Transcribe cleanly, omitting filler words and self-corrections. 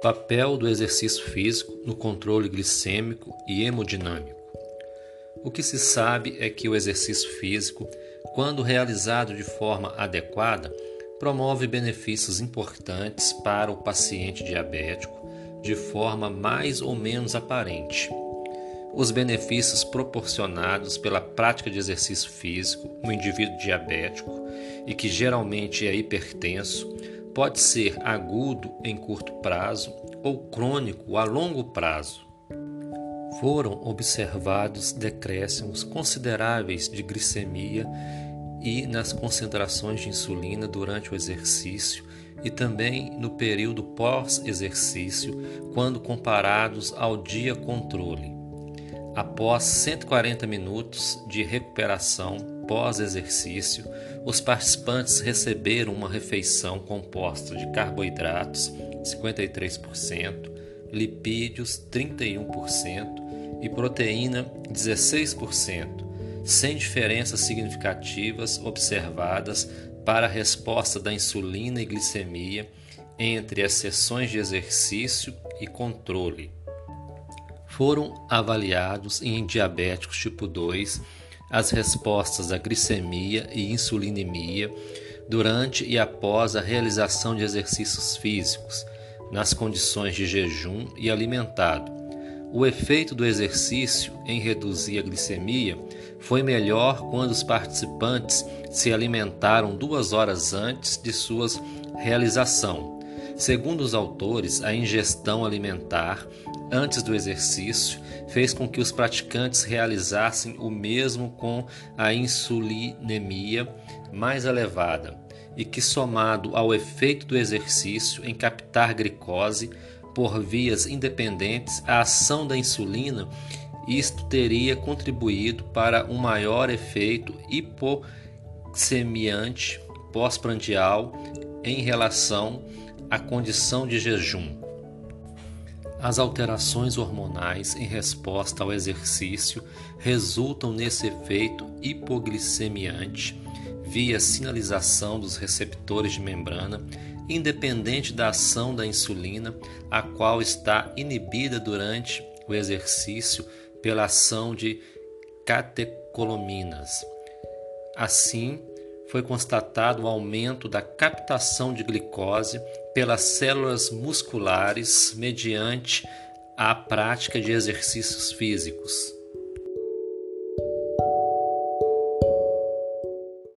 Papel do exercício físico no controle glicêmico e hemodinâmico. O que se sabe é que o exercício físico, quando realizado de forma adequada, promove benefícios importantes para o paciente diabético de forma mais ou menos aparente. Os benefícios proporcionados pela prática de exercício físico no indivíduo diabético e que geralmente é hipertenso pode ser agudo em curto prazo ou crônico a longo prazo. Foram observados decréscimos consideráveis de glicemia e nas concentrações de insulina durante o exercício e também no período pós-exercício, quando comparados ao dia controle. Após 140 minutos de recuperação pós-exercício, os participantes receberam uma refeição composta de carboidratos, 53%, lipídios, 31% e proteína, 16%, sem diferenças significativas observadas para a resposta da insulina e glicemia entre as sessões de exercício e controle. Foram avaliados em diabéticos tipo 2 as respostas à glicemia e insulinemia durante e após a realização de exercícios físicos, nas condições de jejum e alimentado. O efeito do exercício em reduzir a glicemia foi melhor quando os participantes se alimentaram 2 horas antes de sua realização. Segundo os autores, a ingestão alimentar antes do exercício fez com que os praticantes realizassem o mesmo com a insulinemia mais elevada e que, somado ao efeito do exercício em captar glicose por vias independentes à ação da insulina, isto teria contribuído para um maior efeito hipoxemiante pós-prandial em relação à condição de jejum. As alterações hormonais em resposta ao exercício resultam nesse efeito hipoglicemiante via sinalização dos receptores de membrana, independente da ação da insulina, a qual está inibida durante o exercício pela ação de catecolaminas. Assim, foi constatado o aumento da captação de glicose pelas células musculares mediante a prática de exercícios físicos.